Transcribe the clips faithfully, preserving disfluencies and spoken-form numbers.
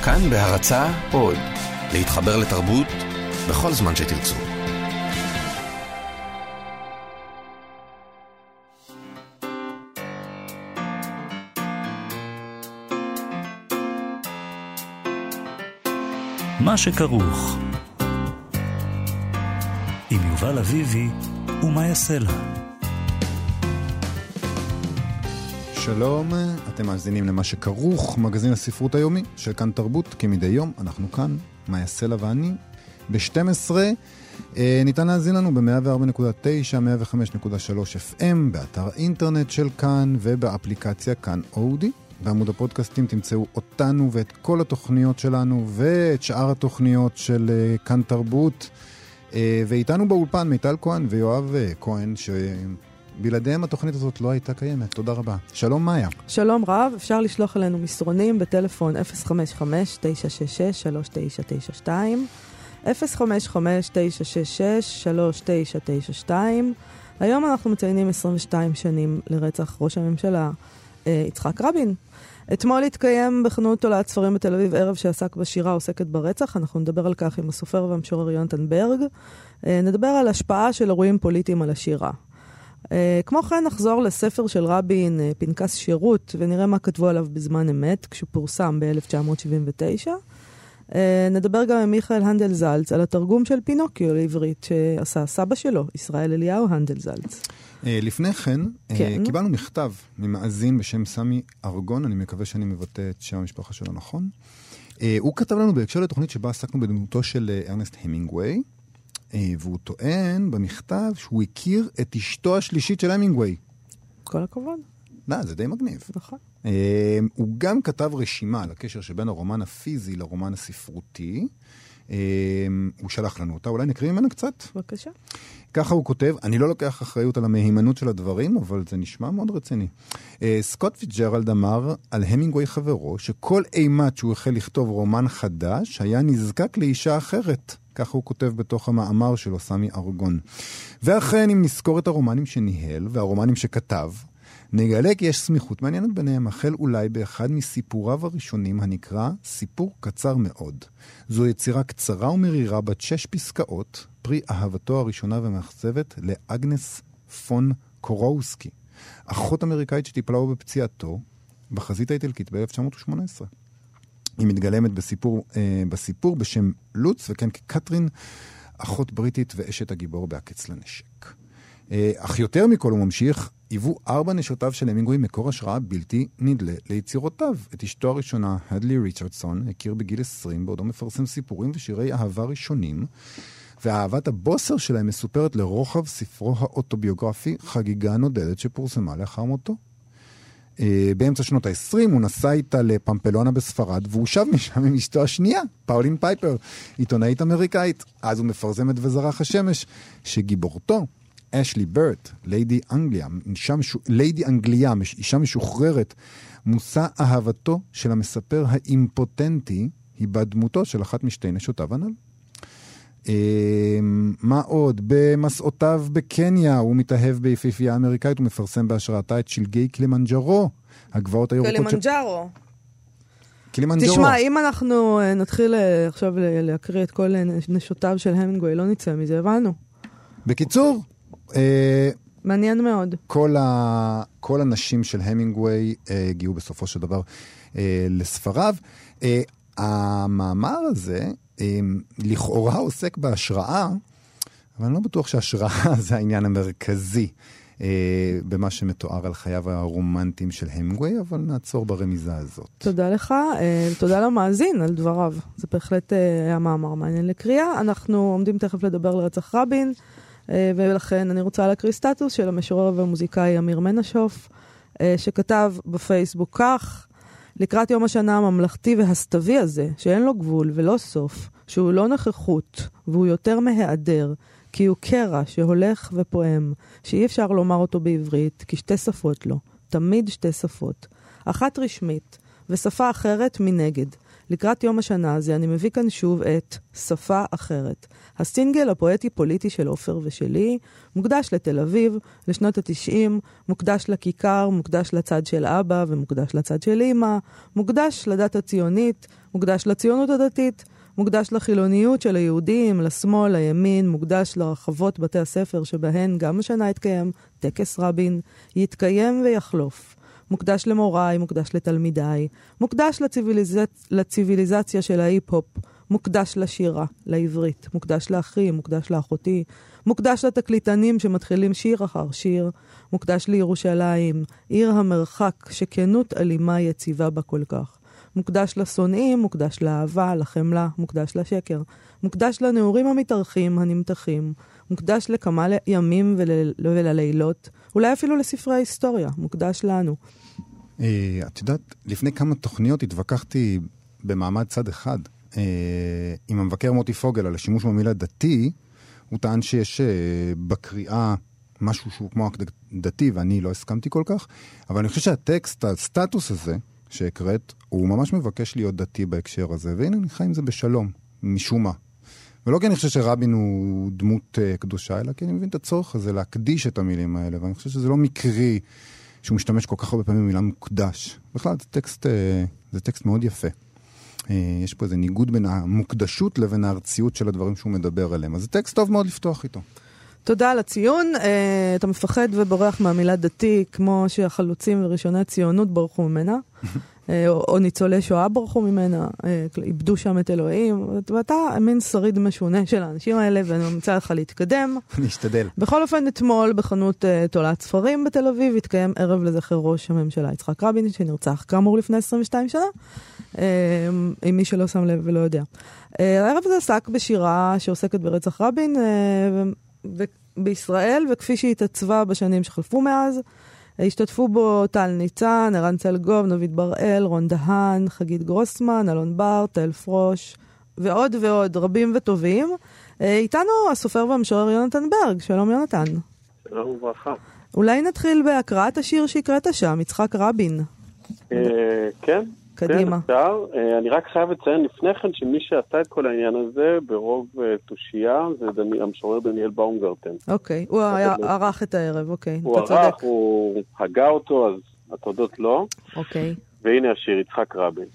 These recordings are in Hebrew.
כאן בהרצאה עוד, להתחבר לתרבות בכל זמן שתרצו. מה שכרוך עם יובל אביבי ומה יעשה לה. שלום, אתם מאזינים למה שכרוך, מגזין הספרות היומי של כאן תרבות, כמדי יום אנחנו כאן, מה יעשה לה ואני, ב-שתים עשרה, אה, ניתן להאזין לנו ב-מאה וארבע נקודה תשע, מאה וחמש נקודה שלוש אף אם, באתר האינטרנט של כאן ובאפליקציה כאן אודי. בעמוד הפודקאסטים תמצאו אותנו ואת כל התוכניות שלנו ואת שאר התוכניות של uh, כאן תרבות. Uh, ואיתנו באולפן מיטל כהן ויואב uh, כהן, שבלעדיהם התוכנית הזאת לא הייתה קיימת. תודה רבה. שלום מאיה. שלום רב, אפשר לשלוח אלינו מסרונים בטלפון אפס חמש חמש תשע שש שש שלוש תשע תשע שתיים, אפס חמש חמש תשע שש שש שלוש תשע תשע שתיים. היום אנחנו מציינים עשרים ושתיים שנים לרצח ראש הממשלה יצחק רבין. אתמול התקיים בחנות תולעת ספרים בתל אביב ערב שעסק בשירה עוסקת ברצח. אנחנו נדבר על כך עם הסופר והמשורר יונתן ברג. נדבר על השפעה של אירועים פוליטיים על השירה. כמו כן נחזור לספר של רבין, פנקס שירות, ונראה מה כתבו עליו בזמן אמת, כשהוא פורסם ב-אלף תשע מאות שבעים ותשע. נדבר גם עם מיכאל הנדל זלץ על התרגום של פינוקיו לעברית שעשה סבא שלו, ישראל אליהו הנדל זלץ. לפני כן, כן, קיבלנו מכתב ממאזין בשם סמי ארגון, אני מקווה שאני מבטא את שם המשפחה שלו נכון. הוא כתב לנו בהקשר לתוכנית שבה עסקנו בדמותו של ארנסט המינגווי, והוא טוען במכתב שהוא הכיר את אשתו השלישית של המינגווי. כל הכבוד. לא, זה די מגניב. נכון. הוא גם כתב רשימה על הקשר שבין הרומן הפיזי לרומן הספרותי. הוא שלח לנו אותה, אולי נקריא ממנה קצת? בבקשה. ככה הוא כותב, אני לא לוקח אחריות על המהימנות של הדברים, אבל זה נשמע מאוד רציני. סקוט פיצ'ג'רלד אמר על המינגווי חברו, שכל אימת שהוא החל לכתוב רומן חדש, היה נזקק לאישה אחרת. ככה הוא כותב בתוך המאמר שלו, סמי ארגון. ואכן, אם נזכור את הרומנים שניהל, והרומנים שכתב, נגלה כי יש סמיכות מעניינת ביניהם, החל אולי באחד מסיפוריו הראשונים הנקרא סיפור קצר מאוד. זו יצירה קצרה ומרירה בת שש פסקאות, פרי אהבתו הראשונה ומאכזבת לאגנס פון קורוסקי, אחות אמריקאית שטיפלה בו בפציעתו בחזית האיטלקית ב-אלף תשע מאות שמונה עשרה. היא מתגלמת בסיפור, אה, בסיפור בשם לוץ, וכן כקטרין, אחות בריטית ואשת הגיבור בהקץ לנשק. אה, אך יותר מכל הוא ממשיך, היוו ארבע נשותיו של המינגווי מקור השראה בלתי נדלה ליצירותיו. את אשתו הראשונה, הדלי ריצ'רדסון, הכיר בגיל עשרים, בעודו מפרסם סיפורים ושירי אהבה ראשונים, ואהבת הבוסר שלהם מסופרת לרוחב ספרו האוטוביוגרפי, חגיגה נודדת שפורסמה לאחר מותו. באמצע שנות ה-עשרים הוא נסע איתה לפמפלונה בספרד, והוא שב משם עם אשתו השנייה, פאולין פייפר, עיתונאית אמריקאית. אז הוא מפרסם את וזרח השמש, שגיבורתו, אשלי ברט, ליידי אנגליה, ליידי אנגליה, אישה משוחררת, מושא אהבתו של המספר האימפוטנטי, היא בדמותו של אחת משתי נשותיו הנ"ל. מה עוד? במסעותיו בקניה הוא מתאהב ביפיפייה אמריקאית, הוא מפרסם בהשראתה את שלגי קלימנג'רו, הגבעות הירוקות. קלימנג'רו. קלימנג'רו. תשמע, אם אנחנו נתחיל עכשיו להקריא את כל נשותיו של המינגווי, לא נצא מזה, הבנו. בקיצור, מעניין מאוד. כל, ה... כל הנשים של המינגווי הגיעו בסופו של דבר לספריו. המאמר הזה לכאורה עוסק בהשראה, אבל אני לא בטוח שההשראה זה העניין המרכזי במה שמתואר על חייו הרומנטיים של המינגווי, אבל נעצור ברמיזה הזאת. תודה לך, תודה למאזין על דבריו. זה בהחלט היה מאמר מעניין לקריאה. אנחנו עומדים תכף לדבר על רצח רבין, ולכן אני רוצה להקריא סטטוס של המשורר והמוזיקאי אמיר מנשוף, שכתב בפייסבוק כך: לקראת יום השנה הממלכתי והסתווי הזה, שאין לו גבול ולא סוף, שהוא לא נוכחות והוא יותר מהיעדר, כי הוא קרע שהולך ופועם, שאי אפשר לומר אותו בעברית, כי שתי שפות לו, תמיד שתי שפות, אחת רשמית ושפה אחרת מנגד, לקראת יום השנה הזה אני מביא כאן שוב את שפה אחרת. הסינגל הפואטי-פוליטי של עופר ושלי, מוקדש לתל אביב, לשנות ה-תשעים, מוקדש לכיכר, מוקדש לצד של אבא ומוקדש לצד של אמא, מוקדש לדת הציונית, מוקדש לציונות הדתית, מוקדש לחילוניות של היהודים, לשמאל, לימין, מוקדש לרחבות בתי הספר שבהן גם השנה יתקיים טקס רבין, יתקיים ויחלוף. מוקדש למוריי, מוקדש לתלמידיי, מוקדש לציוויליז... לציוויליזציה של ההיפ-הופ, מוקדש לשירה, לעברית, מוקדש לאחי, מוקדש לאחותי, מוקדש לתקליטנים שמתחילים שיר אחר שיר, מוקדש לירושלים, עיר המרחק שכנות אלימה יציבה בה כל כך. מוקדש לשונאים, מוקדש לאהבה, לחמלה, מוקדש לשקר, מוקדש לנעורים המתארחים, הנמתחים, מוקדש לכמה ימים ול... וללילות, אולי אפילו לספרי ההיסטוריה, מוקדש לנו. את יודעת, לפני כמה תוכניות התווכחתי במעמד צד אחד עם המבקר מוטי פוגל על השימוש במילה דתי. הוא טען שיש בקריאה משהו שהוא כמו דתי, ואני לא הסכמתי כל כך, אבל אני חושב שהטקסט, הסטטוס הזה שהקראת, הוא ממש מבקש להיות דתי בהקשר הזה, והנה אני חי עם זה בשלום, משום מה. ולא כי אני חושב שרבין הוא דמות uh, קדושה, אלא כי אני מבין את הצורך הזה להקדיש את המילים האלה, ואני חושב שזה לא מקרי שהוא משתמש כל כך הרבה פעמים במילה מוקדש. בכלל, זה טקסט, uh, זה טקסט מאוד יפה. Uh, יש פה איזה ניגוד בין המוקדשות לבין הארציות של הדברים שהוא מדבר עליהם. אז זה טקסט טוב מאוד לפתוח איתו. תודה על הציון. Uh, אתה מפחד ובורח מהמילה דתי, כמו שהחלוצים וראשוני הציונות ברחו ממנה. או, או ניצולי שואה ברחו ממנה, איבדו שם את אלוהים, ואתה מין שריד משונה של האנשים האלה, ואני ממצא לך להתקדם. אני אשתדל. בכל אופן, אתמול בחנות uh, תולעת ספרים בתל אביב, התקיים ערב לזכר ראש הממשלה יצחק רבין, שנרצח כאמור לפני עשרים ושתיים שנה, uh, עם מי שלא שם לב ולא יודע. Uh, הערב הזה עסק בשירה שעוסקת ברצח רבין uh, בישראל, וכפי שהיא התעצבה בשנים שחלפו מאז, השתתפו בו טל ניצן, ערן צלגוב, נובית בראל, רון דהן, חגית גרוסמן, אלון בר, תל פרוש, ועוד ועוד, רבים וטובים. איתנו הסופר והמשורר יונתן ברג. שלום יונתן. שלום וברכה. אולי נתחיל בהקראת השיר שהקראת שם, יצחק רבין. כן. קדימה. כן, אפשר. אני רק חייב לציין לפני כן שמי שעשה את כל העניין הזה ברוב תושייה זה המשורר דניאל באומגרטן. אוקיי, הוא ערך את הערב, אוקיי. הוא ערך, הוא הגה אותו, אז התודות לא. אוקיי. והנה השיר, יצחק רבין.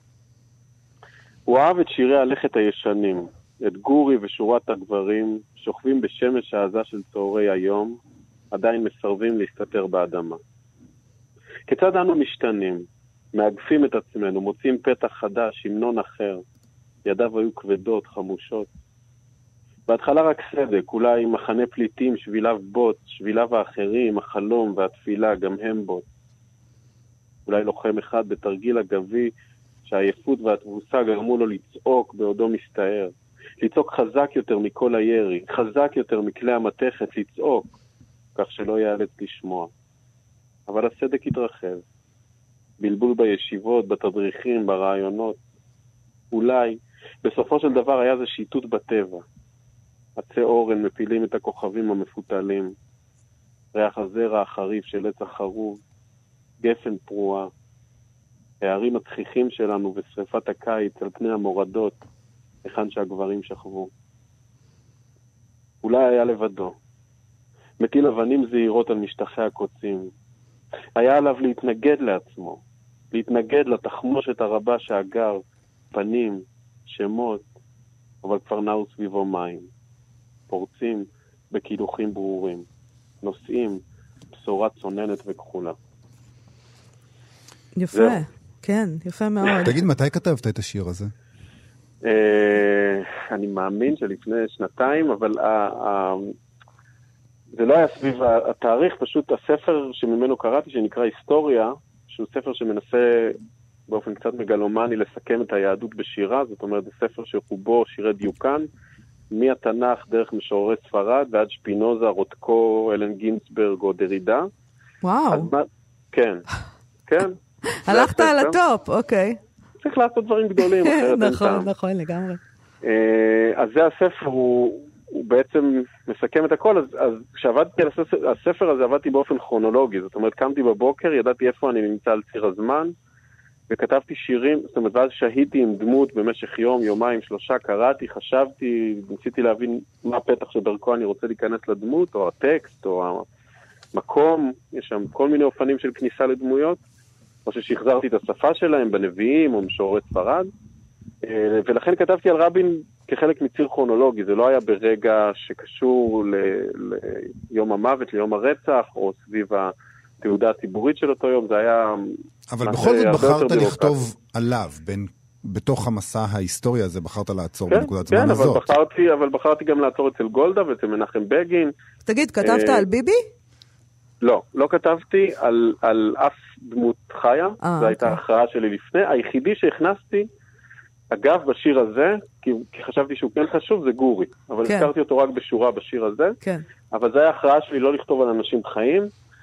הוא אהב את שירי הלכת הישנים, את גורי ושורת הגברים, שוכבים בשמש העזה של צהרי היום, עדיין מסרבים להסתתר באדמה. כיצד אנו משתנים? מאגפים את עצמנו, מוצאים פתח חדש, המנון אחר. ידיו היו כבדות, חמושות. בהתחלה רק סדק, אולי מחנה פליטים, שביליו בוט, שביליו האחרים, החלום והתפילה, גם הם בוט. אולי לוחם אחד בתרגיל אגבי, שהעייפות והתבוסה גרמו לו לצעוק בעודו מסתער. לצעוק חזק יותר מכל הירי, חזק יותר מכלי המתכת, לצעוק, כך שלא ייאלץ לשמוע. אבל הסדק התרחב. בלבול בישיבות, בתדריכים, ברעיונות. אולי, בסופו של דבר היה זה שיטוט בטבע. עצי אורן מפילים את הכוכבים המפותלים. ריח הזרע החריף של עץ החרוב. גפן פרועה. הערים התכיכים שלנו ושריפת הקיץ על פני המורדות, היכן שהגברים שכבו. אולי היה לבדו. מטיל אבנים זהירות על משטחי הקוצים. היה עליו להתנגד לעצמו, להתנגד לתחמושת הרבה שאגר, פנים, שמות, אבל כבר נעו סביבו מים. פורצים בקילוחים ברורים, נושאים בשורה צוננת וכחולה. יפה, כן, יפה מאוד. תגיד, מתי כתבת את השיר הזה? אני מאמין שלפני שנתיים, אבל זה לא היה סביב התאריך, פשוט הספר שממנו קראתי, שנקרא היסטוריה, שהוא ספר שמנסה באופן קצת מגלומני לסכם את היהדות בשירה, זאת אומרת, זה ספר שחובו שירי דיוקן, מהתנ"ך דרך משוררי ספרד, ועד שפינוזה, רוטקו, אלן גינסברג או דרידה. וואו. מה... כן, כן. הלכת על הטופ, אוקיי. צריך לעשות דברים גדולים, אחרת אין נכון, טעם. נכון, לגמרי. אז זה הספר, הוא, הוא בעצם מסכם את הכל, אז, אז כשעבדתי על הספר, הספר הזה עבדתי באופן כרונולוגי, זאת אומרת, קמתי בבוקר, ידעתי איפה אני נמצא על ציר הזמן, וכתבתי שירים, זאת אומרת, ואז שהיתי עם דמות במשך יום, יומיים, שלושה, קראתי, חשבתי, ניסיתי להבין מה הפתח שדרכו אני רוצה להיכנס לדמות, או הטקסט, או המקום, יש שם כל מיני אופנים של כניסה לדמויות, או ששחזרתי את השפה שלהם בנביאים, או משוררי ספרד, ולכן כתבתי על רבין כחלק מציר כרונולוגי, זה לא היה ברגע שקשור ל- ליום המוות, ליום הרצח, או סביב התעודה הציבורית של אותו יום, זה היה... אבל בכל זאת בחרת לכתוב עליו, בין, בתוך המסע ההיסטורי הזה, בחרת לעצור כן, בנקודת כן, זמן אבל הזאת. בחרתי, אבל בחרתי גם לעצור אצל גולדה ואצל מנחם בגין. תגיד, כתבת על ביבי? לא, לא כתבתי על, על אף דמות חיה, אה, זו הייתה אוקיי. הכרעה שלי לפני. היחידי שהכנסתי, אגב, בשיר הזה, כי, כי חשבתי שהוא כן חשוב, זה גורי. אבל כן. הזכרתי אותו רק בשורה בשיר הזה. כן. אבל זו היה הכרעה שלי לא לכתוב על אנשים חיים.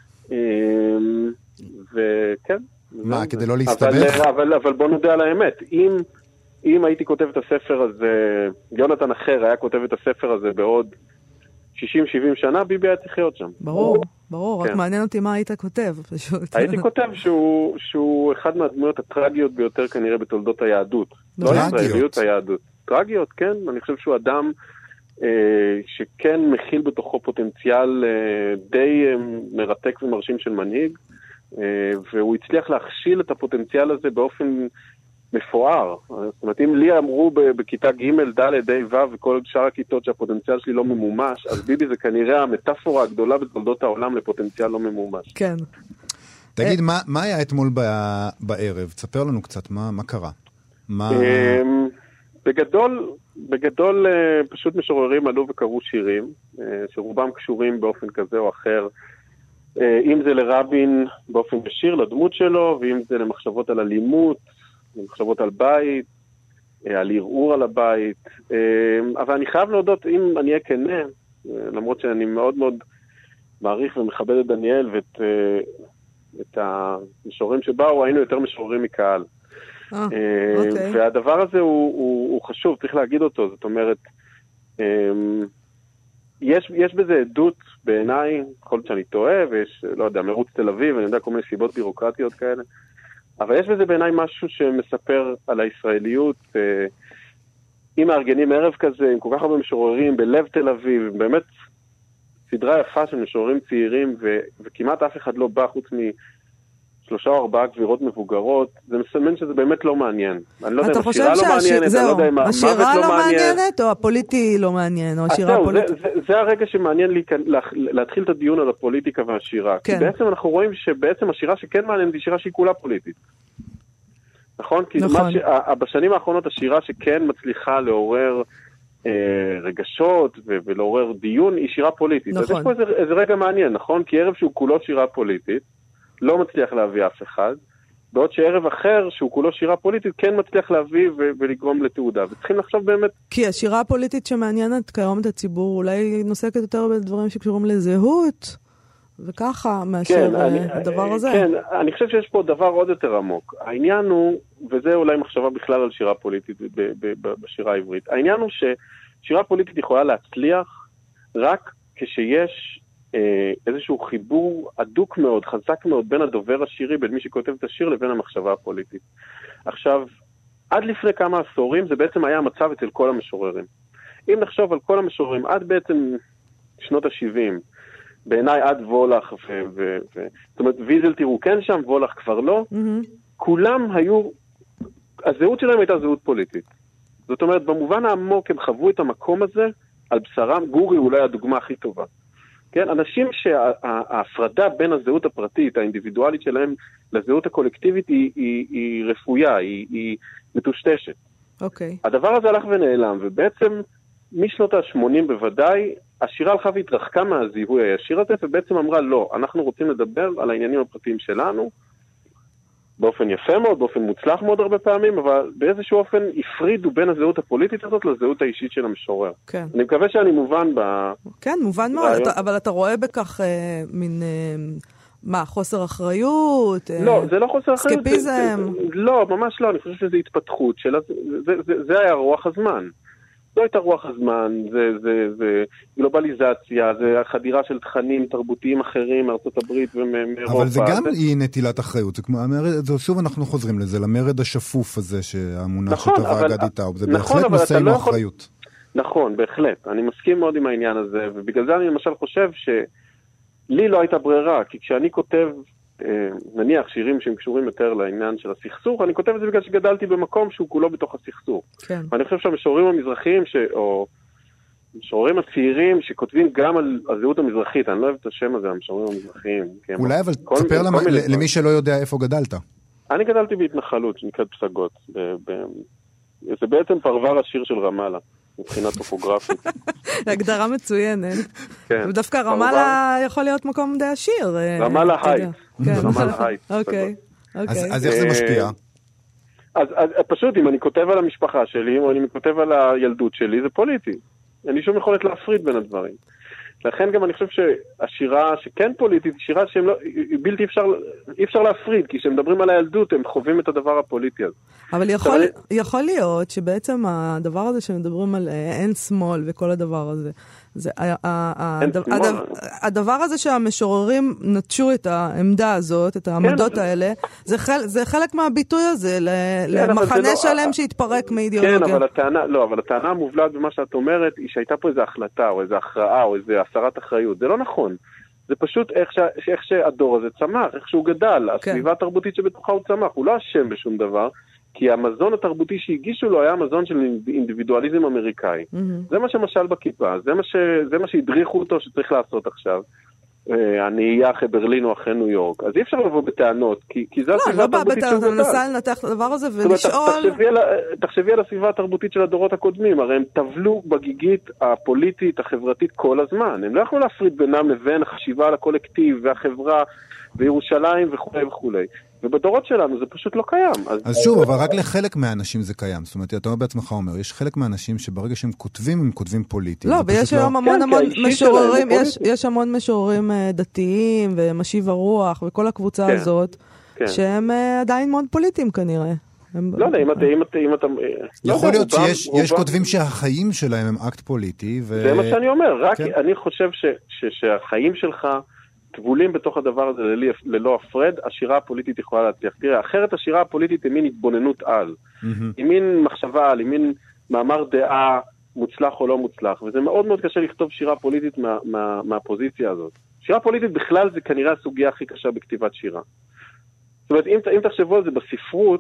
וכן. מה, זה, כדי זה. לא להסתבך? אבל, אבל, אבל בוא נודע על האמת. אם, אם הייתי כותב את הספר הזה, יונתן אחר היה כותב את הספר הזה בעוד שישים שבעים שנה, ביבי היה צריך להיות שם. ברור, ברור, רק כן. מעניין אותי מה היית כותב, פשוט. הייתי כותב שהוא, שהוא אחד מהדמויות הטרגיות ביותר כנראה בתולדות היהדות. לא טרגיות? הישראליות, היהדות. טרגיות, כן. אני חושב שהוא אדם אה, שכן מכיל בתוכו פוטנציאל אה, די אה, מרתק ומרשים של מנהיג, אה, והוא הצליח להכשיל את הפוטנציאל הזה באופן מפואר. זאת אומרת, אם לי אמרו בכיתה ג', ד', ה', ו' וכל שאר הכיתות שהפוטנציאל שלי לא ממומש, אז ביבי זה כנראה המטאפורה הגדולה בתולדות העולם לפוטנציאל לא ממומש. כן. תגיד, מה, מה היה אתמול ב- בערב? תספר לנו קצת, מה, מה קרה? מה... בגדול, בגדול פשוט משוררים עלו וקראו שירים, שרובם קשורים באופן כזה או אחר, אם זה לרבין באופן ישיר, לדמות שלו, ואם זה למחשבות על אלימות, למחשבות על בית, על ערעור על הבית. אבל אני חייב להודות, אם אני אהיה כנה, למרות שאני מאוד מאוד מעריך ומכבד את דניאל ואת את המשוררים שבאו, היינו יותר משוררים מקהל. אה, אוקיי. והדבר הזה הוא, הוא, הוא חשוב, צריך להגיד אותו. זאת אומרת, יש, יש בזה עדות בעיניי, יכול להיות שאני טועה, ויש, לא יודע, מרוץ תל אביב, אני יודע כל מיני סיבות בירוקרטיות כאלה, אבל יש בזה בעיניי משהו שמספר על הישראליות, אם מארגנים ערב כזה, עם כל כך הרבה משוררים, בלב תל אביב, באמת סדרה יפה של משוררים צעירים, ו, וכמעט אף אחד לא בא חוץ משלושה או ארבעה גבירות מבוגרות, זה מסמן שזה באמת לא מעניין. אני לא יודע אם השירה לא מעניינת, אני לא יודע אם המוות לא מעניין. השירה לא מעניינת, או הפוליטי לא מעניין, או השירה הפוליטית? זה, זה, זה הרגע שמעניין לי להתחיל את הדיון על הפוליטיקה והשירה. כן. כי בעצם אנחנו רואים שבעצם השירה שכן מעניינת היא שירה שהיא כולה פוליטית. נכון? כי נכון. ש... בשנים האחרונות השירה שכן מצליחה לעורר אה, רגשות ו... ולעורר דיון היא שירה פוליטית. נכון. אז יש פה איזה, איזה רגע מעניין, נכון? כי ערב שהוא כולו שירה פוליטית, לא מצליח להביא אף אחד, בעוד שערב אחר שהוא כולו שירה פוליטית כן מצליח להביא ו... ולגרום לתעודה. וצריכים לחשוב באמת... כי השירה הפוליטית שמעניינת כיום את הציבור אולי נוסקת יותר בדברים שקשורים לזהות, וככה, מאשר כן, אני, הדבר הזה. כן, אני חושב שיש פה דבר עוד יותר עמוק. העניין הוא, וזה אולי מחשבה בכלל על שירה פוליטית ב, ב, ב, בשירה העברית, העניין הוא ששירה פוליטית יכולה להצליח רק כשיש אה, איזשהו חיבור עדוק מאוד, חזק מאוד, בין הדובר השירי, בין מי שכותב את השיר, לבין המחשבה הפוליטית. עכשיו, עד לפני כמה עשורים זה בעצם היה המצב אצל כל המשוררים. אם נחשוב על כל המשוררים, עד בעצם שנות ה-שבעים, בעיניי עד וולך, ו- ו- ו- זאת אומרת, ויזל תראו כן שם, וולך כבר לא, mm-hmm. כולם היו, הזהות שלהם הייתה זהות פוליטית. זאת אומרת, במובן העמוק הם חוו את המקום הזה, על בשרם, גורי אולי הדוגמה הכי טובה. כן, אנשים שההפרדה בין הזהות הפרטית, האינדיבידואלית שלהם, לזהות הקולקטיבית היא, היא, היא רפויה, היא, היא מטושטשת. אוקיי. Okay. הדבר הזה הלך ונעלם, ובעצם משנות ה-שמונים בוודאי, השירה הלכה והתרחקה מהזיהוי הישיר הזה, ובעצם אמרה, לא, אנחנו רוצים לדבר על העניינים הפרטיים שלנו, באופן יפה מאוד, באופן מוצלח מאוד הרבה פעמים, אבל באיזשהו אופן הפרידו בין הזהות הפוליטית הזאת לזהות האישית של המשורר. כן. אני מקווה שאני מובן ב... כן, מובן מאוד, אתה, אבל אתה רואה בכך אה, מין... אה, מה, חוסר אחריות? לא, זה לא חוסר אחריות. סקפיזם? זה, זה, לא, ממש לא, אני חושב שזה התפתחות שלה, זה, זה, זה, זה היה רוח הזמן. לא הייתה רוח הזמן, זה, זה, זה גלובליזציה, זה החדירה של תכנים תרבותיים אחרים מארצות הברית ומאירופה. אבל זה גם זה... היא נטילת אחריות, זה כמו, המרד, שוב אנחנו חוזרים לזה, למרד השפוף הזה שהמונח נכון, שטבע אבל... אגד איתה, זה נכון, בהחלט נושא עם לא אחריות. יכול... נכון, בהחלט, אני מסכים מאוד עם העניין הזה, ובגלל זה אני למשל חושב שלי לא הייתה ברירה, כי כשאני כותב, נניח שירים שהם קשורים יותר לעניין של הסכסוך, אני כותב את זה בגלל שגדלתי במקום שהוא כולו בתוך הסכסוך. כן. ואני חושב שהמשוררים המזרחיים, ש... או המשוררים הצעירים שכותבים גם על הזהות המזרחית, אני לא אוהב את השם הזה, המשוררים המזרחיים. אולי, אבל תספר למי שלא יודע איפה גדלת. אני גדלתי בהתנחלות, שנקראת פסגות. זה בעצם פרבר השיר של רמאללה, מבחינה טופוגרפית. הגדרה מצוינת. כן. ודווקא רמאללה יכול להיות מקום די עשיר. רמאללה הייט. רמאללה הייט. אוקיי. אז איך זה משפיע? אז פשוט, אם אני כותב על המשפחה שלי, או אני כותב על הילדות שלי, זה פוליטי. אין לי שום יכולת להפריד בין הדברים. לכן גם אני חושב שהשירה שכן פוליטית, שירה שהם לא, בלתי אפשר, אי אפשר להפריד, כי כשהם מדברים על הילדות, הם חווים את הדבר הפוליטי הזה. אבל יכול, יכול להיות שבעצם הדבר הזה שמדברים על אין שמאל וכל הדבר הזה, זה, הדבר, הדבר הזה שהמשוררים נטשו את העמדה הזאת, את העמדות האלה, זה, חל, זה חלק מהביטוי הזה, למחנה שלם שהתפרק מאידיאולוגיה. כן, אבל הטענה, לא, אבל הטענה המובלעת במה שאת אומרת, היא שהייתה פה איזו החלטה, או איזו הכרעה, או איזו הסרת אחריות. זה לא נכון. זה פשוט איך, ש, איך שהדור הזה צמח, איך שהוא גדל, הסביבה התרבותית שבתוכה הוא צמח. הוא לא אשם בשום דבר, כי המזון התרבותי שהגישו לו היה המזון של אינדיבידואליזם אמריקאי. Mm-hmm. זה מה שמשל בכיפה, זה מה, ש... זה מה שהדריכו אותו שצריך לעשות עכשיו. אני אהיה אחרי ברלין או אחרי ניו יורק. אז אי אפשר לבוא בטענות, כי, כי זה לא, הסביבה לא התרבותית שהוא גדל. אני מנסה לנתח את הדבר הזה ולשאול... תחשבי על, תחשבי על הסביבה התרבותית של הדורות הקודמים, הרי הם טבלו בגיגית הפוליטית, החברתית כל הזמן. הם לא יכלו להפריד בינם לבין החשיבה על הקולקטיב והחברה וירושלים וכו' וכו'. ובדורות שלנו זה פשוט לא קיים. אז, אז שוב, אבל רק לחלק מהאנשים זה קיים. זאת אומרת, אתה בעצמך אומר, יש חלק מהאנשים שברגע שהם כותבים, הם כותבים פוליטיים. לא, ויש היום המון המון משוררים, יש, יש המון משוררים דתיים ומשיב הרוח וכל הקבוצה הזאת, שהם עדיין מאוד פוליטיים כנראה. לא יודע, אם אתה... יכול להיות שיש כותבים שהחיים שלהם הם אקט פוליטי. זה מה שאני אומר, רק אני חושב שהחיים שלך טבולים בתוך הדבר הזה ללא הפרד, השירה הפוליטית יכולה להצליח. תראה, אחרת השירה הפוליטית היא מין התבוננות על. היא מין מחשבה על, היא מין מאמר דעה מוצלח או לא מוצלח, וזה מאוד מאוד קשה לכתוב שירה פוליטית מה, מה, מהפוזיציה הזאת. שירה פוליטית בכלל זה כנראה הסוגיה הכי קשה בכתיבת שירה. זאת אומרת, אם, אם תחשבו על זה בספרות,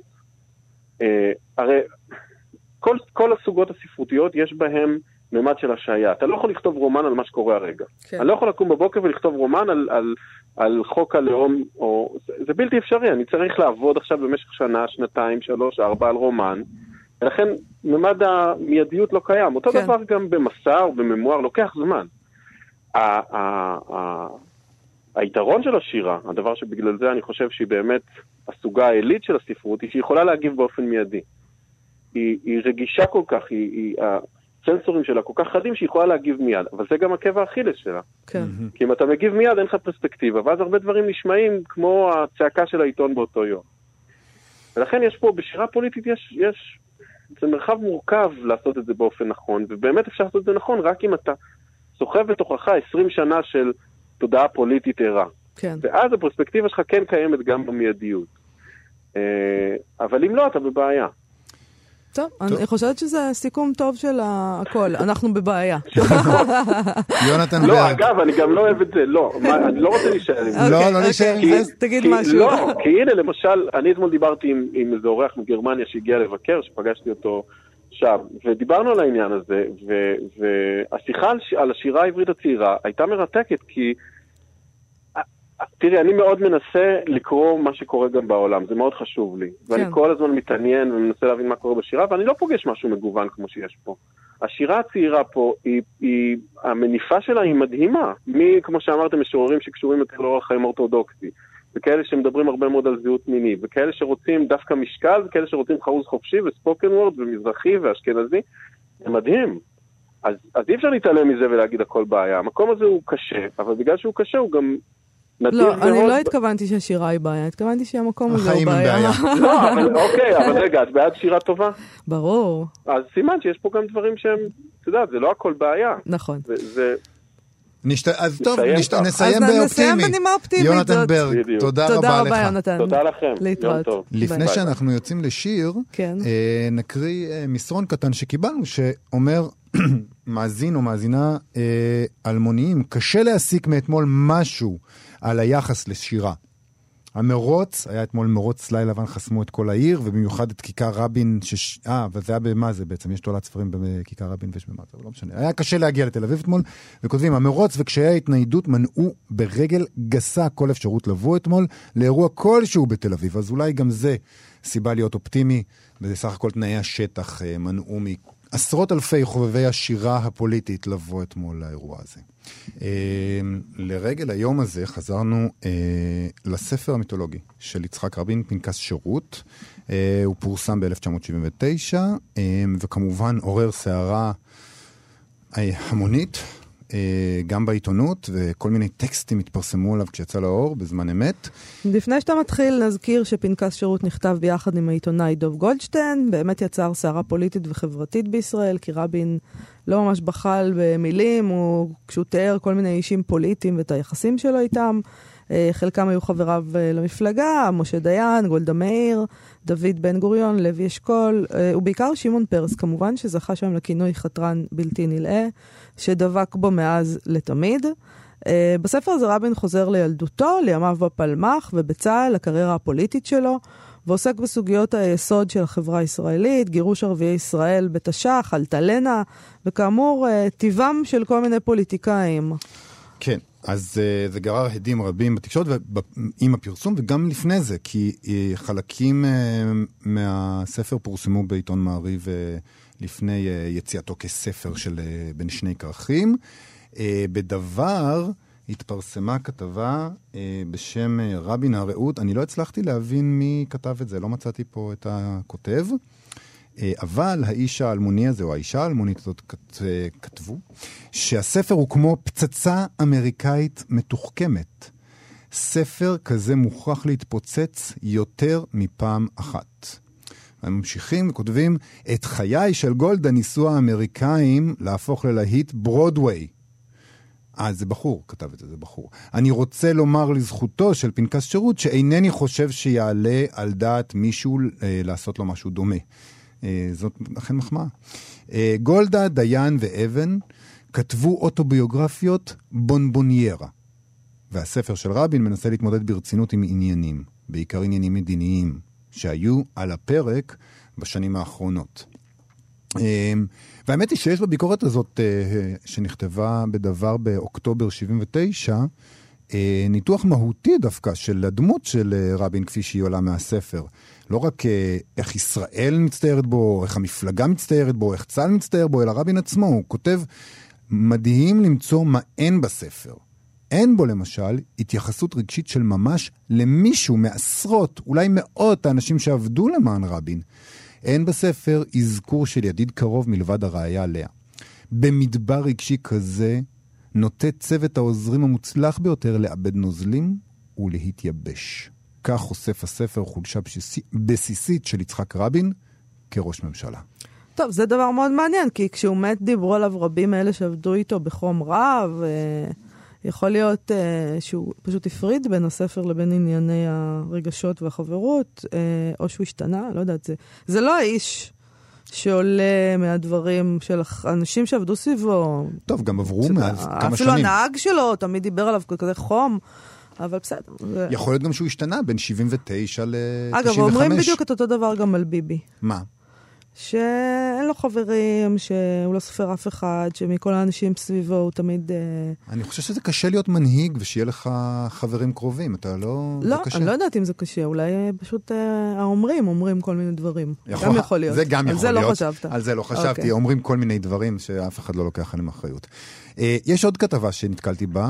אה, הרי כל, כל הסוגות הספרותיות יש בהם ממד של השעיה. אתה לא יכול לכתוב רומן על מה שקורה הרגע. כן. אני לא יכול לקום בבוקר ולכתוב רומן על, על, על חוק הלאום, או... זה, זה בלתי אפשרי. אני צריך לעבוד עכשיו במשך שנה, שנתיים, שלוש, ארבע על רומן, ולכן ממד המיידיות לא קיים. אותו כן. דבר גם במסע או בממואר, לוקח זמן. ה- ה- ה- היתרון של השירה, הדבר שבגלל זה אני חושב שהיא באמת הסוגה העילית של הספרות, היא שהיא יכולה להגיב באופן מיידי. היא, היא רגישה כל כך, היא... היא הסנסורים שלה כל כך חדים שהיא יכולה להגיב מיד, אבל זה גם עקב האכילס שלה. כן. כי אם אתה מגיב מיד אין לך פרספקטיבה, ואז הרבה דברים נשמעים כמו הצעקה של העיתון באותו יום. ולכן יש פה, בשירה פוליטית יש, יש, זה מרחב מורכב לעשות את זה באופן נכון, ובאמת אפשר לעשות את זה נכון רק אם אתה סוחב בתוכך עשרים שנה של תודעה פוליטית ערה. כן. ואז הפרספקטיבה שלך כן קיימת גם במיידיות. אבל אם לא, אתה בבעיה. טוב, אני חושבת שזה סיכום טוב של הכל. אנחנו בבעיה. יונתן ברג. לא, אגב, אני גם לא אוהב את זה. לא, אני לא רוצה להישאר עם זה. לא, לא להישאר עם זה. תגיד משהו. לא, כי הנה, למשל, אני אתמול דיברתי עם איזה אורח מגרמניה שהגיע לבקר, שפגשתי אותו שם, ודיברנו על העניין הזה, והשיחה על השירה העברית הצעירה הייתה מרתקת, כי תראי, אני מאוד מנסה לקרוא מה שקורה גם בעולם, זה מאוד חשוב לי. כן. ואני כל הזמן מתעניין ומנסה להבין מה קורה בשירה, ואני לא פוגש משהו מגוון כמו שיש פה. השירה הצעירה פה, היא, היא, המניפה שלה היא מדהימה. מי, כמו שאמרתם, משוררים שקשורים יותר לאורח חיים אורתודוקסי, וכאלה שמדברים הרבה מאוד על זהות מינית, וכאלה שרוצים דווקא משקל, וכאלה שרוצים חרוז חופשי וספוקן וורד ומזרחי ואשכנזי. זה מדהים. אז, אז אי אפשר להתעלם מזה ולהגיד הכל בעיה. המקום הזה הוא קשה, אבל בגלל שהוא קשה הוא גם לא, אני לא התכוונתי שהשירה היא בעיה, התכוונתי שהמקום הזה הוא בעיה. לא, אבל אוקיי, אבל רגע, את בעד שירה טובה? ברור. אז סימן שיש פה גם דברים שהם, אתה יודע, זה לא הכל בעיה. נכון. זה... אז טוב, נסיים באופטימי. יונתן ברג, תודה רבה לך. יונתן. תודה לכם. להתראות. לפני שאנחנו יוצאים לשיר, נקריא מסרון קטן שקיבלנו, שאומר, מאזין או מאזינה אלמוניים, קשה להסיק מאתמול משהו על היחס לשירה. המרוץ, היה אתמול מרוץ לילה לבן, חסמו את כל העיר, ובמיוחד את כיכר רבין, שש... אה, וזה היה במה זה בעצם, יש תולת ספרים בכיכר רבין ויש במה זה, לא משנה. היה קשה להגיע לתל אביב אתמול, וכותבים, המרוץ וקשיי ההתניידות מנעו ברגל גסה כל אפשרות לבוא אתמול, לאירוע כלשהו בתל אביב, אז אולי גם זה סיבה להיות אופטימי, וזה סך הכל תנאי השטח מנעו מעשרות אלפי חובבי השירה הפוליטית לבוא אתמול לאירוע הזה. לרגל היום הזה חזרנו לספר המיתולוגי של יצחק רבין, פנקס שירות. הוא פורסם ב-אלף תשע מאות שבעים ותשע, וכמובן עורר סערה המונית, גם בעיתונות, וכל מיני טקסטים התפרסמו עליו כשיצא לאור בזמן אמת. לפני שאתה מתחיל, נזכיר שפנקס שירות נכתב ביחד עם העיתונאי דוב גולדשטיין, באמת יצר סערה פוליטית וחברתית בישראל, כי רבין לא ממש בחל במילים, הוא, כשהוא תיאר כל מיני אישים פוליטיים ואת היחסים שלו איתם, חלקם היו חבריו למפלגה, משה דיין, גולדה מאיר, דוד בן גוריון, לוי אשכול, ובעיקר שמעון פרס, כמובן שזכה שם לכינוי חתרן בלתי נלאה, שדבק בו מאז לתמיד. בספר הזה רבין חוזר לילדותו, לימיו בפלמ"ח ובצה"ל, לקריירה הפוליטית שלו, ועוסק בסוגיות היסוד של החברה הישראלית, גירוש ערביי ישראל בתש"ח, אלטלנה, וכאמור, טבעם של כל מיני פוליטיקאים. כן. אז uh, זה גרר הדים רבים בתקשורת עם הפרסום, וגם לפני זה, כי uh, חלקים uh, מהספר פורסמו בעיתון מעריב uh, לפני uh, יציאתו כספר של uh, בין שני כרכים. Uh, בדבר התפרסמה כתבה uh, בשם uh, רבין הרעות, אני לא הצלחתי להבין מי כתב את זה, לא מצאתי פה את הכותב, אבל האיש האלמוני הזה, או האישה האלמונית הזאת, כתבו, שהספר הוא כמו פצצה אמריקאית מתוחכמת. ספר כזה מוכרח להתפוצץ יותר מפעם אחת. הם ממשיכים וכותבים, את חיי של גולדה ניסו האמריקאים להפוך ללהיט ברודווי. אה, זה בחור, כתב את זה, זה בחור. אני רוצה לומר לזכותו של פנקס שירות, שאינני חושב שיעלה על דעת מישהו אה, לעשות לו משהו דומה. זאת אכן מחמאה. גולדה, דיין ואבן כתבו אוטוביוגרפיות בונבוניירה. והספר של רבין מנסה להתמודד ברצינות עם עניינים, בעיקר עניינים מדיניים, שהיו על הפרק בשנים האחרונות. והאמת היא שיש בביקורת הזאת, שנכתבה בדבר באוקטובר שבעים ותשע, ניתוח מהותי דווקא של הדמות של רבין כפי שהיא עולה מהספר. לא רק איך ישראל מצטיירת בו, איך המפלגה מצטיירת בו, איך צה"ל מצטייר בו, אלא רבין עצמו. הוא כותב, מדהים למצוא מה אין בספר. אין בו למשל התייחסות רגשית של ממש למישהו מעשרות, אולי מאות האנשים שעבדו למען רבין. אין בספר אזכור של ידיד קרוב מלבד הראיה לאה. במדבר רגשי כזה, נוטה צוות העוזרים המוצלח ביותר לאבד נוזלים ולהתייבש. כך חושף הספר חולשה בסיסית של יצחק רבין כראש ממשלה. טוב, זה דבר מאוד מעניין, כי כשהוא מת דיברו עליו רבים מאלה שעבדו איתו בחום רב, יכול להיות שהוא פשוט הפריד בין הספר לבין ענייני הרגשות והחברות, או שהוא השתנה, לא יודעת, זה, זה לא האיש שעולה מהדברים של אנשים שעבדו סביבו. טוב, גם עברו מאז כמה שנים. אפילו הנהג שלו תמיד דיבר עליו כזה חום, אבל בסדר. יכול להיות גם שהוא השתנה בין שבעים ותשע ל-תשעים וחמש. אגב, אומרים בדיוק את אותו דבר גם על ביבי. מה? שאין לו חברים, שהוא לא סופר אף אחד, שמכל האנשים סביבו הוא תמיד... אני חושב שזה קשה להיות מנהיג ושיהיה לך חברים קרובים, אתה לא... לא, אני לא יודעת אם זה קשה, אולי פשוט האומרים, אומרים כל מיני דברים. גם יכול להיות. זה גם יכול להיות. על זה לא חשבת. על זה לא חשבתי, אומרים כל מיני דברים שאף אחד לא לוקח עליהם אחריות. יש עוד כתבה שנתקלתי בה,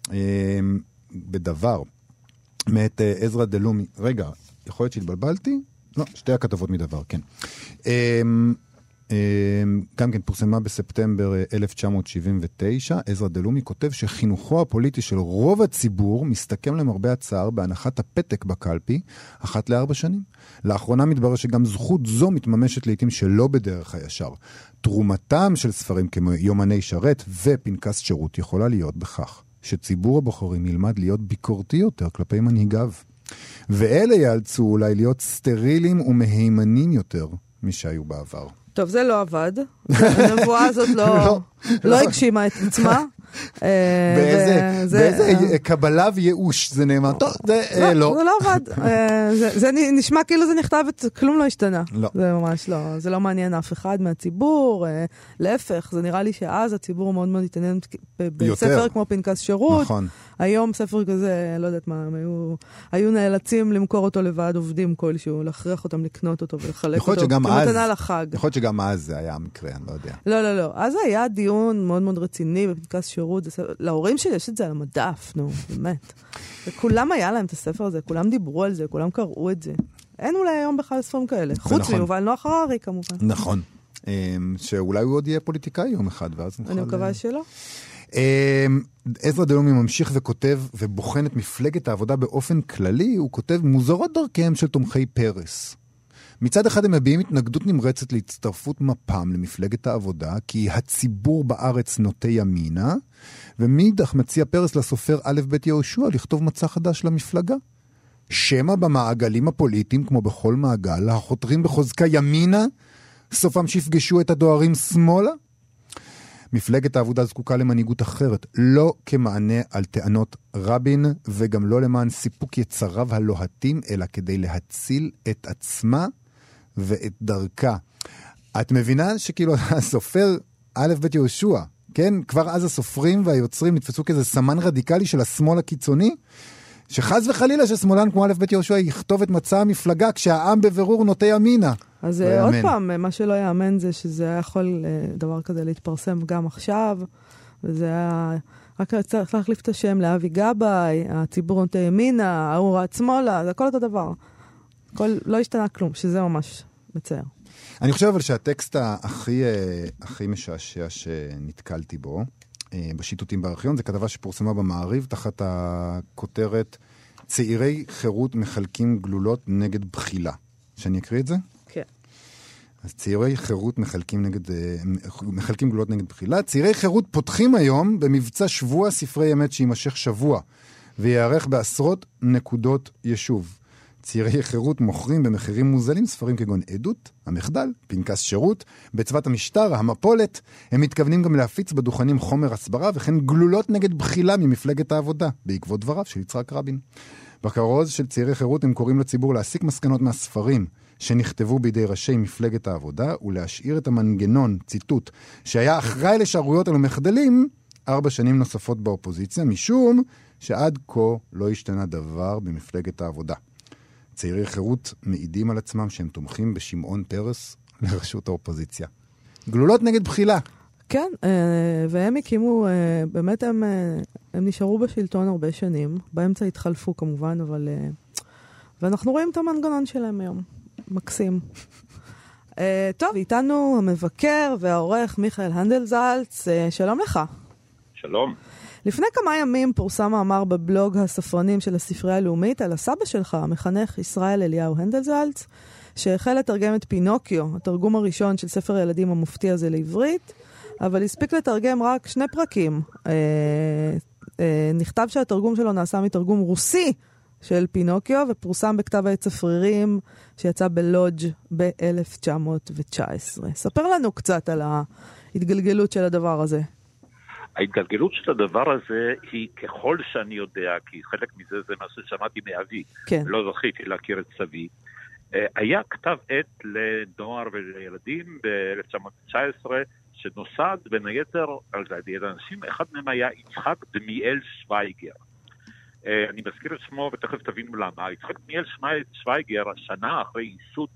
בדבר, מאת עזרא דלומי. רגע, יכול להיות שהתבלבלתי? לא, שתי הכתבות מדבר, כן. גם כן פורסמה בספטמבר אלף תשע מאות שבעים ותשע, עזרא דלומי כותב שחינוכו הפוליטי של רוב הציבור מסתכם למרבה הצער בהנחת הפתק בקלפי אחת לארבע שנים. לאחרונה מתברר שגם זכות זו מתממשת לעתים שלא בדרך הישר. תרומתם של ספרים כמו יומני שרת ופנקס שירות יכולה להיות בכך שציבור הבוחרים ילמד להיות ביקורתי יותר כלפי מנהיגיו. ואלה יאלצו אולי להיות סטרילים ומהימנים יותר משהיו בעבר. טוב, זה לא עבד. הנבואה הזאת לא הגשימה את עצמה. באיזה קבלה וייאוש זה נאמר. טוב, זה לא. זה לא עבד. זה נשמע כאילו זה נכתב, כלום לא השתנה. לא. זה ממש לא. זה לא מעניין אף אחד מהציבור. להפך, זה נראה לי שאז הציבור מאוד מאוד התעניין בספר כמו פנקס שירות. נכון. היום ספר כזה, לא יודעת מה, הם היו, היו נאלצים למכור אותו לוועד עובדים כלשהו, להכריח אותם לקנות אותו ולחלק אותו כמתנה לחג. יכול להיות שגם אז זה היה המקרה, אני לא יודע. לא, לא, לא. אז היה דיון מאוד מאוד רציני בפנקס שירות. להורים שלי יש את זה על המדף, נו, באמת. וכולם היה להם את הספר הזה, כולם דיברו על זה, כולם קראו את זה. אין אולי היום בכלל ספרים כאלה. חוץ מיובל נוח הררי, כמובן. נכון. שאולי הוא עוד יהיה פוליטיקאי יום אחד, ואז נוכל... אני מקווה שלא. עזרא דלומי ממשיך וכותב ובוחן את מפלגת העבודה באופן כללי, הוא כותב מוזרות דרכיהם של תומכי פרס. מצד אחד הם מביעים התנגדות נמרצת להצטרפות מפ"ם למפלגת העבודה, כי הציבור בארץ נוטה ימינה, ומידך מציע פרס לסופר א' ב' יהושע לכתוב מצע חדש למפלגה. שמא במעגלים הפוליטיים, כמו בכל מעגל, החותרים בחוזקה ימינה, סופם שיפגשו את הדוהרים שמאלה. מפלגת העבודה זקוקה למנהיגות אחרת, לא כמענה על טענות רבין, וגם לא למען סיפוק יצריו הלוהטים, אלא כדי להציל את עצמה ואת דרכה. את מבינה שכאילו הסופר א' ב' יהושע, כן? כבר אז הסופרים והיוצרים נתפסו כאיזה סמן רדיקלי של השמאל הקיצוני, שחז וחלילה ששמאלן כמו א' ב' יהושע יכתוב את מצע המפלגה כשהעם בברור נוטה ימינה. אז עוד פעם, מה שלא יאמן זה שזה היה יכול דבר כזה להתפרסם גם עכשיו, וזה היה, רק צריך להחליף את השם לאבי גבאי, הציבור נוטה ימינה, ההוא רץ שמאלה, זה הכל אותו דבר. הכל, לא השתנה כלום, שזה ממש מצער. אני חושב אבל שהטקסט הכי, הכי משעשע שנתקלתי בו, בשיטוטים בארכיון, זה כתבה שפורסמה במעריב, תחת הכותרת צעירי חירות מחלקים גלולות נגד בחילה. שאני אקריא את זה? כן. אז צעירי חירות מחלקים, נגד, מחלקים גלולות נגד בחילה. צעירי חירות פותחים היום במבצע שבוע ספרי אמת שימשך שבוע, ויערך בעשרות נקודות יישוב. צעירי חירות מוכרים במחירים מוזלים ספרים כגון עדות, המחדל, פנקס שירות, בצוות המשטר, המפולת. הם מתכוונים גם להפיץ בדוכנים חומר הסברה, וכן גלולות נגד בחילה ממפלגת העבודה, בעקבות דבריו של יצחק רבין. בכרוז של צעירי חירות הם קוראים לציבור להסיק מסקנות מהספרים שנכתבו בידי ראשי מפלגת העבודה, ולהשאיר את המנגנון, ציטוט, שהיה אחראי לשערויות על המחדלים, ארבע שנים נוספות באופוזיציה, משום שעד כה לא השתנה דבר במפלגת העבודה. צעירי חירות מעידים על עצמם שהם תומכים בשמעון פרס לראשות האופוזיציה. גלולות נגד בחילה. כן, והם הקימו, באמת הם, הם נשארו בשלטון הרבה שנים, באמצע התחלפו כמובן, אבל, ואנחנו רואים את המנגנון שלהם היום. מקסים. טוב, איתנו המבקר והעורך מיכאל הנדלזלץ, שלום לך. שלום. לפני כמה ימים פורסם מאמר בבלוג הספרנים של הספרייה הלאומית על הסבא שלך, המחנך ישראל אליהו הנדלזלץ, שהחל לתרגם את פינוקיו, התרגום הראשון של ספר הילדים המופתי הזה לעברית, אבל הספיק לתרגם רק שני פרקים. אה, אה, נכתב שהתרגום שלו נעשה מתרגום רוסי של פינוקיו, ופורסם בכתב העת צפרירים שיצא בלודג' ב-אלף תשע מאות תשע עשרה. ספר לנו קצת על ההתגלגלות של הדבר הזה. ההתגלגלות של הדבר הזה היא ככל שאני יודע, כי חלק מזה זה מה ששמעתי מאבי, כן. לא זכיתי להכיר את סבי. היה כתב עת לנוער ולילדים ב-אלף תשע מאות תשע עשרה, שנוסד בין היתר על זה ידי אנשים, אחד מהם היה יצחק דמיאל שוויגר. אני מזכיר את שמו ותכף תבינו למה. יצחק דמיאל שוויגר, השנה אחרי איסות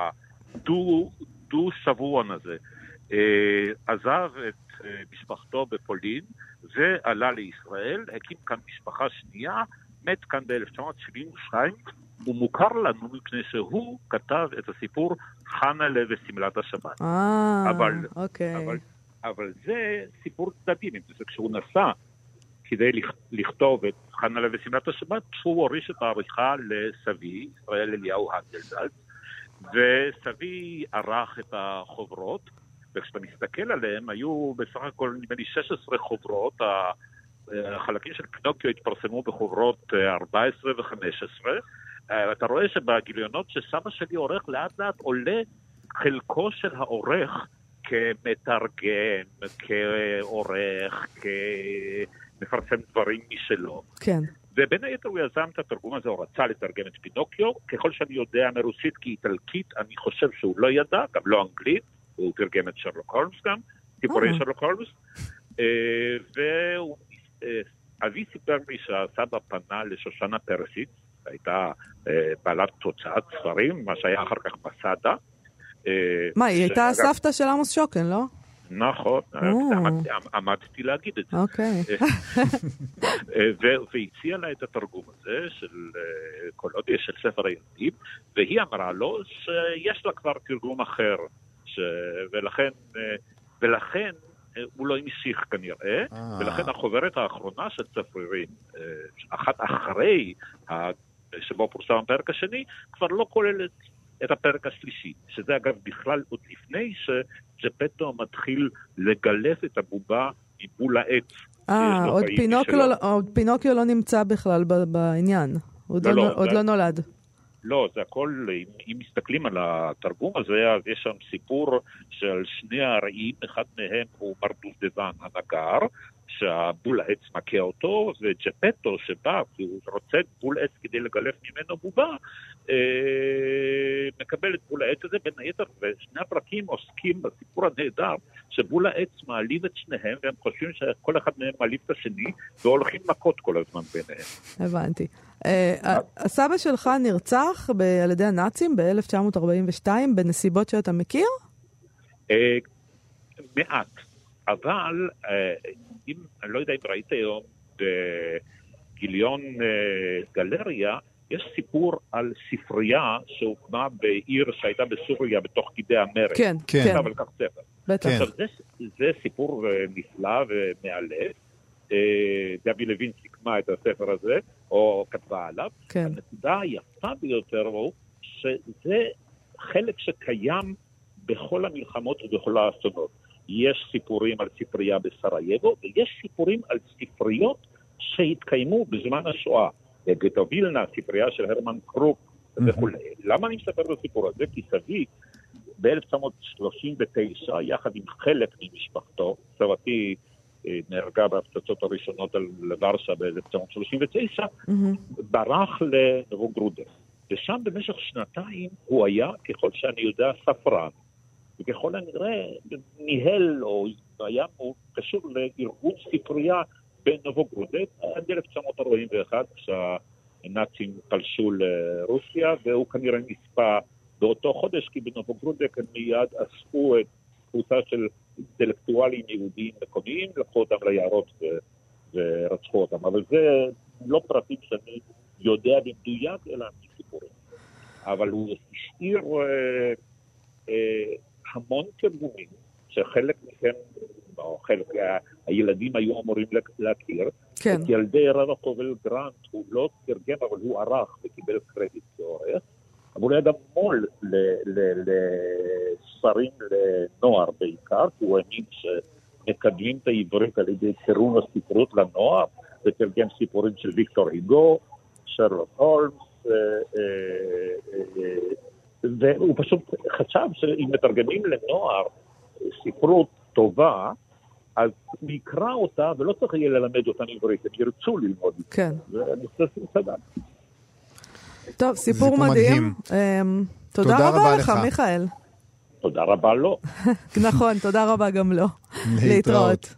הדו שבועון הזה, עזב את משפחתו בפולין ועלה לישראל, הקים כאן משפחה שנייה, מת כאן ב-אלף תשע מאות שבעים ושתיים, הוא מוכר לנו מפני שהוא כתב את הסיפור חנה'לה ושמלת השבת. אה, אבל, אוקיי. אבל, אבל זה סיפור צדדי, כשהוא נסע כדי לכתוב את חנה'לה ושמלת השבת, הוא הוריש את העריכה לסבי, ישראל אליהו הנדלזלץ, וסבי ערך את החוברות, וכשאתה מסתכל עליהם, היו בסך הכל נדמה לי שש עשרה חוברות, החלקים של פינוקיו התפרסמו בחוברות ארבע עשרה ו-חמש עשרה, אתה רואה שבגיליונות שסבא שלי עורך לאט לאט עולה חלקו של העורך כמתרגם, כעורך, כמפרסם דברים משלו. כן. ובין היתר הוא יזם את התרגום הזה, הוא רצה לתרגם את פינוקיו, ככל שאני יודע מרוסית כאיטלקית, אני חושב שהוא לא ידע, גם לא אנגלית, הוא תרגם את שרלוק הולמס גם, סיפורי שרלוק הולמס, ואבי סיפר לי שהסבא פנה לשושנה פרסיץ, הייתה בעלת תוצאת ספרים, מה שהיה אחר כך בסדה. מה, היא הייתה הסבתא של עמוס שוקן, לא? נכון, עמדתי להגיד את זה. אוקיי. והציע לה את התרגום הזה של קולודיה, של ספר הילדים, והיא אמרה לו שיש לה כבר תרגום אחר, ולכן, ולכן הוא לא המשיך כנראה, ולכן החוברת האחרונה של צפרירים, אחת אחרי שבו פורסם הפרק השני, כבר לא כוללת את הפרק השלישי, שזה אגב בכלל עוד לפני שג'פטו מתחיל לגלף את הבובה מבול העץ. אה, עוד פינוקיו, עוד פינוקיו לא נמצא בכלל בעניין, עוד לא, לא, עוד זה... לא נולד. לא, זה הכל, אם, אם מסתכלים על התרגום הזה, אז יש שם סיפור של שני הרעים, אחד מהם הוא מרדובדבן הנגר, שהבול העץ מכה אותו, וג'פטו שבא, כי הוא רוצה את בול עץ כדי לגלף ממנו בובה, אה, מקבל את בול העץ הזה בין היתר, ושני הפרקים עוסקים בסיפור הנהדר, שבול העץ מעליב את שניהם, והם חושבים שכל אחד מהם מעליב את השני, והולכים מכות כל הזמן ביניהם. הבנתי. הסבא שלך נרצח על ידי הנאצים ב-אלף תשע מאות ארבעים ושתיים, בנסיבות שאתה מכיר? מעט. אבל, אם, אני לא יודע אם ראית היום בגיליון גלריה, יש סיפור על ספרייה שהוקמה בעיר שהייתה בסוריה בתוך כדי המרד. כן, כן. אבל כך ספר. בטח. עכשיו, זה, זה סיפור נפלא ומעלב. דבי לוין סיכמה את הספר הזה, או כתבה עליו. כן. הנקודה היפה ביותר הוא שזה חלק שקיים בכל המלחמות ובכל האסונות. יש סיפורים על ספרייה בסרייבו, ויש סיפורים על ספריות שהתקיימו בזמן השואה. גטו וילנה, ספרייה של הרמן קרוק וכו'. למה אני מספר את הסיפור הזה? כי סבי ב-אלף תשע מאות שלושים ותשע, יחד עם חלק ממשפחתו, סבתי נהרגה בהפצצות הראשונות על ורשה ב-אלף תשע מאות שלושים ותשע, ברח לנבוגרודב. ושם במשך שנתיים הוא היה, ככל שאני יודע, ספרן. וככל הנראה ניהל או היה קשור לארגון ספרייה בנבוגרודב עד אלף תשע מאות ארבעים ואחת, כשהנאצים פלשו לרוסיה, והוא כנראה נספה באותו חודש, כי בנבוגרודב הם מיד אספו את קבוצה של אינטלקטואלים יהודיים מקומיים, לקחו אותם ליערות ורצחו אותם. אבל זה לא פרטים שאני יודע במדויק, אלא מסיפורים. אבל הוא השאיר אה, אה, המון תרגומים, שחלק מכם, או חלק, הילדים היו אמורים להכיר. כן. את ילדי רבא קובל גרנט, הוא לא תרגם, אבל הוא ערך וקיבל קרדיט כעורך. אבל הוא היה גם מול לספרים לנוער בעיקר, כי הוא האמין שמקדמים את העברית על ידי קירוב הספרות לנוער, ותרגם סיפורים של ויקטור היגו, שרלוק הולמס, והוא פשוט חשב שאם מתרגמים לנוער ספרות טובה, אז הוא יקרא אותה ולא צריך יהיה ללמד אותה עברית, הם ירצו ללמוד. כן. ואני חושב שזה סדק. טוב, סיפור מדהים. תודה רבה לך, מיכאל. תודה רבה לו. נכון, תודה רבה גם לו. להתראות.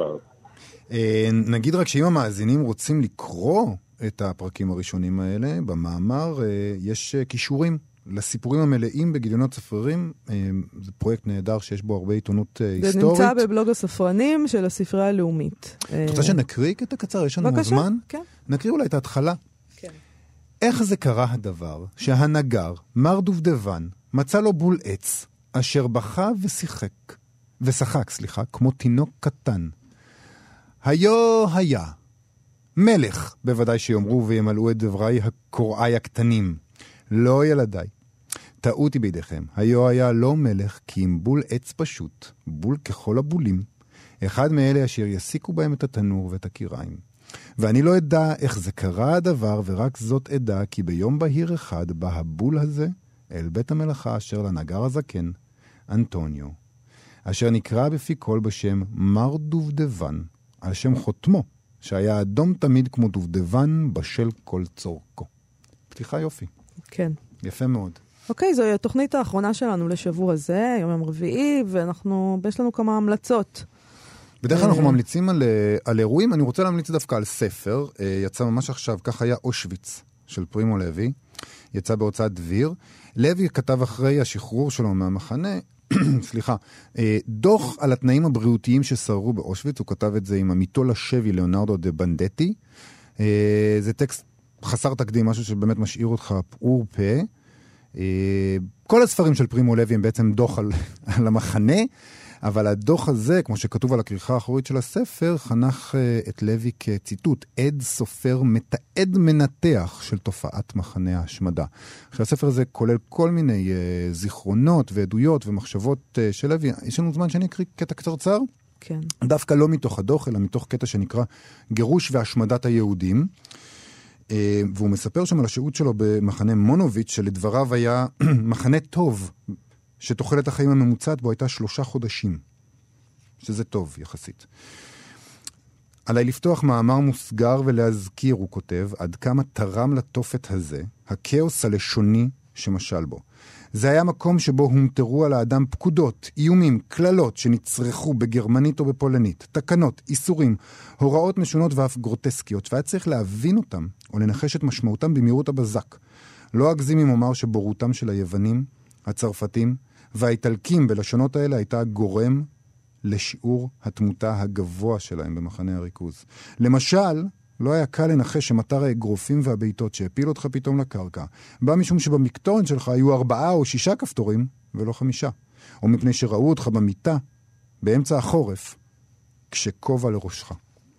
נגיד רק שאם המאזינים רוצים לקרוא את הפרקים הראשונים האלה, במאמר יש קישורים לסיפורים המלאים בגיליונות ספרים. זה פרויקט נהדר שיש בו הרבה עיתונות היסטורית. זה נמצא בבלוג הספרנים של הספרייה הלאומית. את רוצה שנקריא את הקצר? יש לנו זמן? כן. נקריא אולי את ההתחלה. כן. איך זה קרה הדבר שהנגר, מר דובדבן, מצא לו בול עץ, אשר בכה ושיחק, ושחק, סליחה, כמו תינוק קטן. היו היה, מלך, בוודאי שיאמרו וימלאו את דברי הקוראי הקטנים. לא ילדיי, טעותי בידיכם, היו היה לא מלך, כי עם בול עץ פשוט, בול ככל הבולים, אחד מאלה אשר יסיקו בהם את התנור ואת הקיריים. ואני לא אדע איך זה קרה הדבר, ורק זאת אדע, כי ביום בהיר אחד בא הבול הזה אל בית המלאכה אשר לנגר הזקן, אנטוניו, אשר נקרא בפי כל בשם מר דובדבן, על שם חותמו, שהיה אדום תמיד כמו דובדבן בשל כל צורכו. פתיחה יופי. כן. יפה מאוד. אוקיי, זו התוכנית האחרונה שלנו לשבוע הזה, יום יום רביעי, ואנחנו, יש לנו כמה המלצות. בדרך כלל אנחנו ממליצים על, על אירועים, אני רוצה להמליץ דווקא על ספר, יצא ממש עכשיו, כך היה אושוויץ של פרימו לוי, יצא בהוצאת דביר. לוי כתב אחרי השחרור שלו מהמחנה, סליחה, דוח על התנאים הבריאותיים ששררו באושוויץ, הוא כתב את זה עם עמיתו לשבי ליאונרדו דה בנדטי. זה טקסט חסר תקדים, משהו שבאמת משאיר אותך פעור פה. כל הספרים של פרימו לוי הם בעצם דוח על, על המחנה, אבל הדוח הזה, כמו שכתוב על הכריכה האחורית של הספר, חנך את לוי כציטוט, עד סופר מתעד מנתח של תופעת מחנה ההשמדה. עכשיו הספר הזה כולל כל מיני uh, זיכרונות ועדויות ומחשבות uh, של לוי. יש לנו זמן שאני אקריא קטע קצרצר? כן. דווקא לא מתוך הדוח, אלא מתוך קטע שנקרא גירוש והשמדת היהודים. Uh, והוא מספר שם על השהות שלו במחנה מונוביץ', שלדבריו היה מחנה טוב, שתוחלת החיים הממוצעת בו הייתה שלושה חודשים. שזה טוב יחסית. עליי לפתוח מאמר מוסגר ולהזכיר, הוא כותב, עד כמה תרם לתופת הזה, הכאוס הלשוני שמשל בו. זה היה מקום שבו הומתרו על האדם פקודות, איומים, כללות שנצרכו בגרמנית או בפולנית, תקנות, איסורים, הוראות משונות ואף גרוטסקיות, והיה צריך להבין אותם או לנחש את משמעותם במהירות הבזק. לא אגזים אם אומר שבורותם של היוונים, הצרפתים והאיטלקים בלשונות האלה הייתה גורם לשיעור התמותה הגבוה שלהם במחנה הריכוז. למשל, לא היה קל לנחש שמטר האגרופים והביתות שהפיל אותך פתאום לקרקע, בא משום שבמקטורן שלך היו ארבעה או שישה כפתורים ולא חמישה. או מפני שראו אותך במיטה באמצע החורף כשכובע לראשך.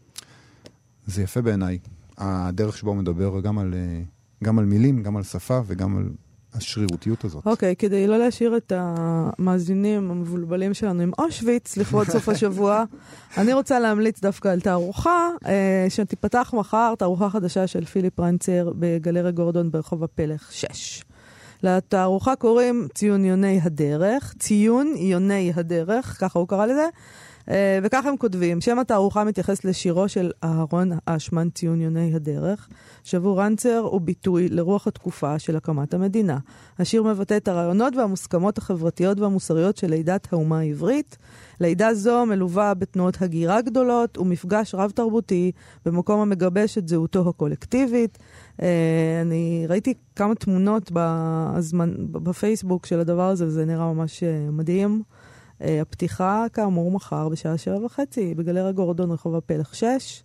זה יפה בעיניי. הדרך שבו הוא מדבר גם על, גם על מילים, גם על שפה וגם על השרירותיות הזאת. אוקיי, כדי לא להשאיר את המאזינים המבולבלים שלנו עם אושוויץ לכבוד סוף השבוע, אני רוצה להמליץ דווקא על תערוכה שתיפתח מחר, תערוכה חדשה של פיליפ רנצר בגלריה גורדון ברחוב הפלך שש. לתערוכה קוראים ציון יוני הדרך, ציון יוני הדרך, ככה הוא קרא לזה, וכך הם כותבים, שם התערוכה מתייחס לשירו של אהרון אשמן, ציון יוני הדרך, שעבור רנצר הוא ביטוי לרוח התקופה של הקמת המדינה. השיר מבטא את הרעיונות והמוסכמות החברתיות והמוסריות של לידת האומה העברית. לידה זו מלווה בתנועות הגירה גדולות ומפגש רב תרבותי במקום המגבש את זהותו הקולקטיבית. אני ראיתי כמה תמונות בזמן, בפייסבוק של הדבר הזה, וזה נראה ממש מדהים. הפתיחה כאמור מחר בשעה שבע וחצי בגלריה גורדון רחוב הפלך שש.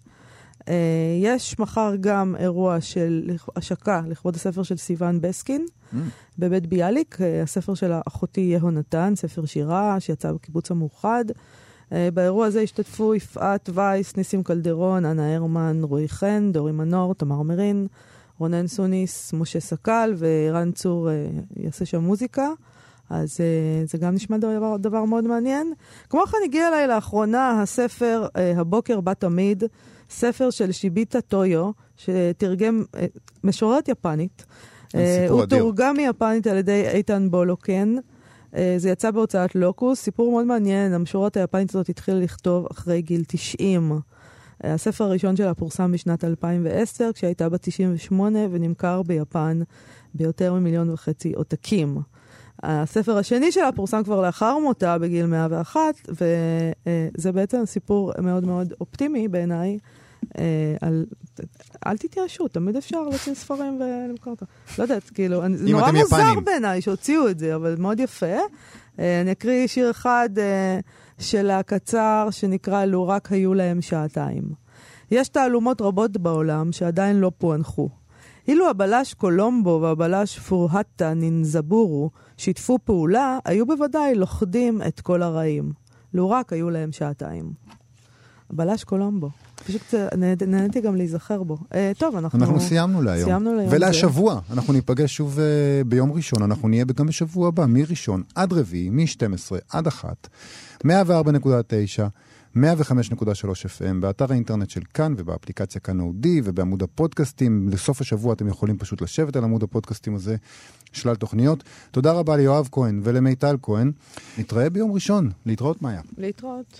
יש מחר גם אירוע של השקה לכבוד הספר של סיוון בסקין mm. בבית ביאליק, הספר של אחותי יהונתן, ספר שירה שיצא בקיבוץ המאוחד. באירוע הזה השתתפו יפעת וייס, ניסים קלדרון, אנה הרמן, רועי חן, דורי מנור, תמר מרין, רונן סוניס, משה סקל ורן צור יעשה שם מוזיקה. אז uh, זה גם נשמע דבר, דבר מאוד מעניין. כמו כן הגיע אליי לאחרונה הספר uh, הבוקר בת תמיד, ספר של שיביטה טויו, שתרגם uh, משוררת יפנית. Uh, הוא אדיר. תורגם מיפנית על ידי איתן בולוקן. Uh, זה יצא בהוצאת לוקוס. סיפור מאוד מעניין. המשוררת היפנית הזאת התחילה לכתוב אחרי גיל תשעים. Uh, הספר הראשון שלה פורסם בשנת אלפיים ועשר, כשהייתה בת תשעים ושמונה, ונמכר ביפן ביותר ממיליון וחצי עותקים. הספר השני שלה פורסם כבר לאחר מותה בגיל מאה ואחת, וזה בעצם סיפור מאוד מאוד אופטימי בעיניי, על, אל תתייאשו, תמיד אפשר להוציא ספרים ולמכור אותם. לא יודעת, כאילו, זה נורא מוזר בעיניי שהוציאו את זה, אבל מאוד יפה. אני אקריא שיר אחד של הקצר שנקרא לו רק היו להם שעתיים. יש תעלומות רבות בעולם שעדיין לא פוענחו. אילו הבלש קולומבו והבלש פורהטה נינזבורו שיתפו פעולה, היו בוודאי לוכדים את כל הרעים. לא רק היו להם שעתיים. הבלש קולומבו. פשוט נהניתי גם להיזכר בו. אה, טוב, אנחנו... אנחנו סיימנו להיום. סיימנו להיום. ולשבוע, זה... אנחנו ניפגש שוב uh, ביום ראשון, אנחנו נהיה גם בשבוע הבא, מראשון עד רביעי, מ-שתים עשרה עד אחת, מאה וארבע נקודה תשע, מאה וחמש נקודה שלוש אף אם, באתר האינטרנט של כאן ובאפליקציה כאן אודי ובעמוד הפודקאסטים. לסוף השבוע אתם יכולים פשוט לשבת על עמוד הפודקאסטים הזה, שלל תוכניות. תודה רבה ליואב כהן ולמיטל כהן. נתראה ביום ראשון. להתראות מאיה. להתראות.